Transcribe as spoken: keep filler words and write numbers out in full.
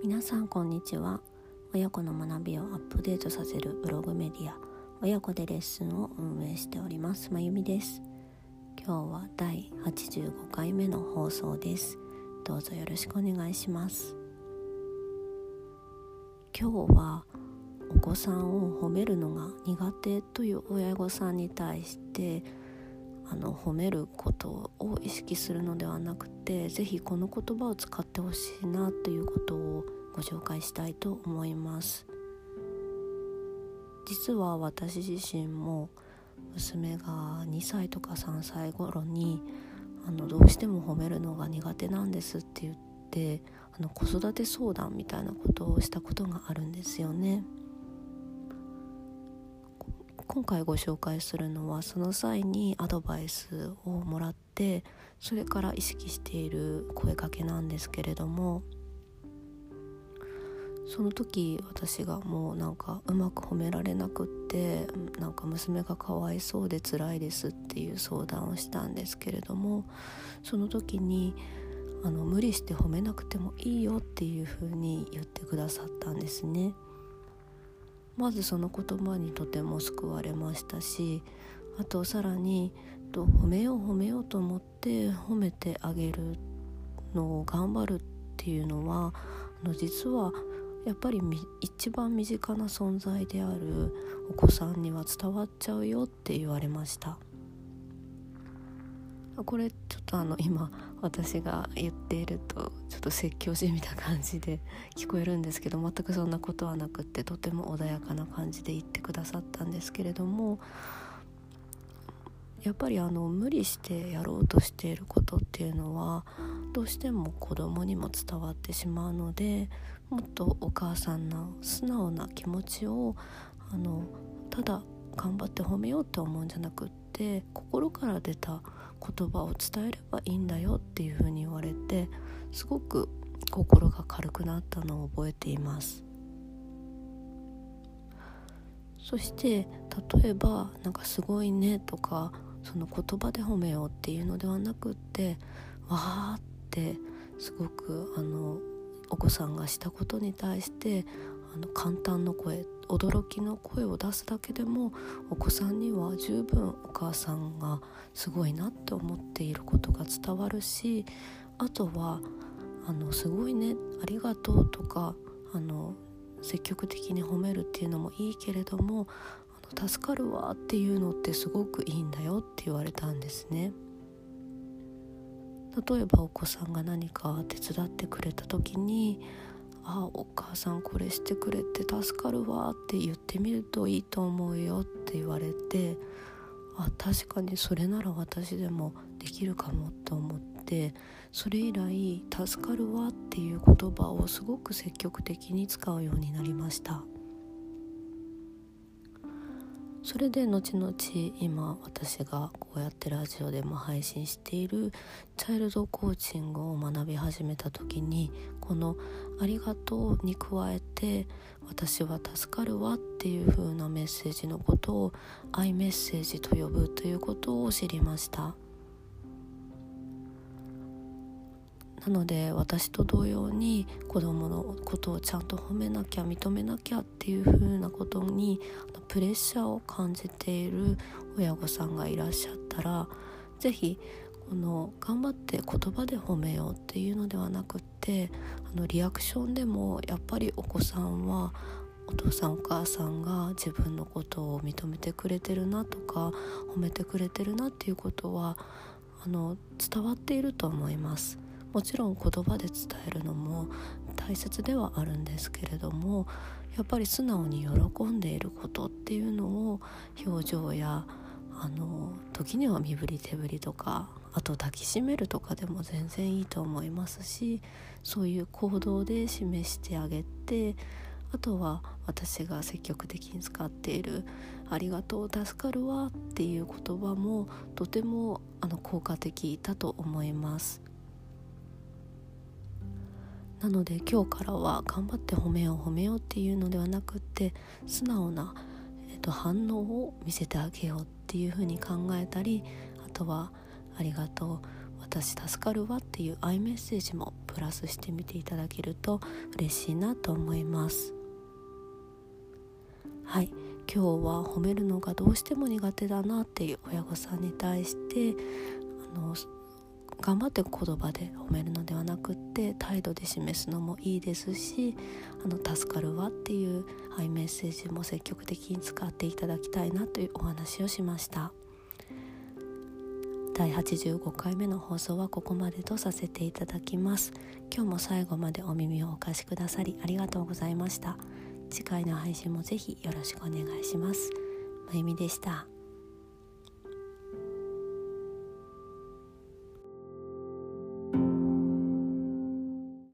皆さんこんにちは。親子の学びをアップデートさせるブログメディア親子でレッスンを運営しておりますまゆみです。今日はだいはちじゅうごかいめの放送です。どうぞよろしくお願いします。今日はお子さんを褒めるのが苦手という親御さんに対してあの褒めることを意識するのではなくて、ぜひこの言葉を使ってほしいなということをご紹介したいと思います。実は私自身も娘がにさいとかさんさい頃にあのどうしても褒めるのが苦手なんですって言ってあの子育て相談みたいなことをしたことがあるんですよね。今回ご紹介するのはその際にアドバイスをもらってそれから意識している声かけなんですけれども、その時私がもうなんかうまく褒められなくってなんか娘がかわいそうで辛いですっていう相談をしたんですけれども、その時にあの無理して褒めなくてもいいよっていうふうに言ってくださったんですね。まずその言葉にとても救われましたし、あとさらにと褒めよう褒めようと思って褒めてあげるのを頑張るっていうのはあの実はやっぱり一番身近な存在であるお子さんには伝わっちゃうよって言われました。これちょっとあの今私が言っているとちょっと説教じみた感じで聞こえるんですけど、全くそんなことはなくってとても穏やかな感じで言ってくださったんですけれども、やっぱりあの無理してやろうとしていることっていうのはどうしても子供にも伝わってしまうので、もっとお母さんの素直な気持ちをあのただ頑張って褒めようって思うんじゃなくって、心から出た言葉を伝えればいいんだよっていうふうに言われて、すごく心が軽くなったのを覚えています。そして例えばなんかすごいねとかその言葉で褒めようっていうのではなくって、わーってすごくあのお子さんがしたことに対してあの簡単な声、驚きの声を出すだけでもお子さんには十分お母さんがすごいなって思っていることが伝わるし、あとはあのすごいね、ありがとうとかあの積極的に褒めるっていうのもいいけれども、あの助かるわっていうのってすごくいいんだよって言われたんですね。例えばお子さんが何か手伝ってくれた時に、あ、お母さんこれしてくれて助かるわって言ってみるといいと思うよって言われて、あ、確かにそれなら私でもできるかもと思って、それ以来助かるわっていう言葉をすごく積極的に使うようになりました。それで後々今私がこうやってラジオでも配信しているチャイルドコーチングを学び始めた時に、このありがとうに加えて私は助かるわっていう風なメッセージのことをアイメッセージと呼ぶということを知りました。なので私と同様に子供のことをちゃんと褒めなきゃ認めなきゃっていう風なことにプレッシャーを感じている親御さんがいらっしゃったら、ぜひこの頑張って言葉で褒めようっていうのではなくって、あのリアクションでもやっぱりお子さんはお父さんお母さんが自分のことを認めてくれてるなとか褒めてくれてるなっていうことはあの伝わっていると思います。もちろん言葉で伝えるのも大切ではあるんですけれども、やっぱり素直に喜んでいることっていうのを表情やあの時には身振り手振りとか、あと抱きしめるとかでも全然いいと思いますし、そういう行動で示してあげて、あとは私が積極的に使っているありがとう助かるわっていう言葉もとてもあの効果的だと思います。なので今日からは頑張って褒めよう褒めようっていうのではなくって、素直な、えっと、反応を見せてあげようっていうふうに考えたり、あとはありがとう、 私助かるわっていうアイメッセージもプラスしてみていただけると嬉しいなと思います。はい、今日は褒めるのがどうしても苦手だなっていう親御さんに対して、あの頑張って言葉で褒めるのではなくって態度で示すのもいいですし、あの助かるわっていうアイメッセージも積極的に使っていただきたいなというお話をしました。だいはちじゅうごかいめの放送はここまでとさせていただきます。今日も最後までお耳をお貸しくださりありがとうございました。次回の配信もぜひよろしくお願いします。まゆみでした。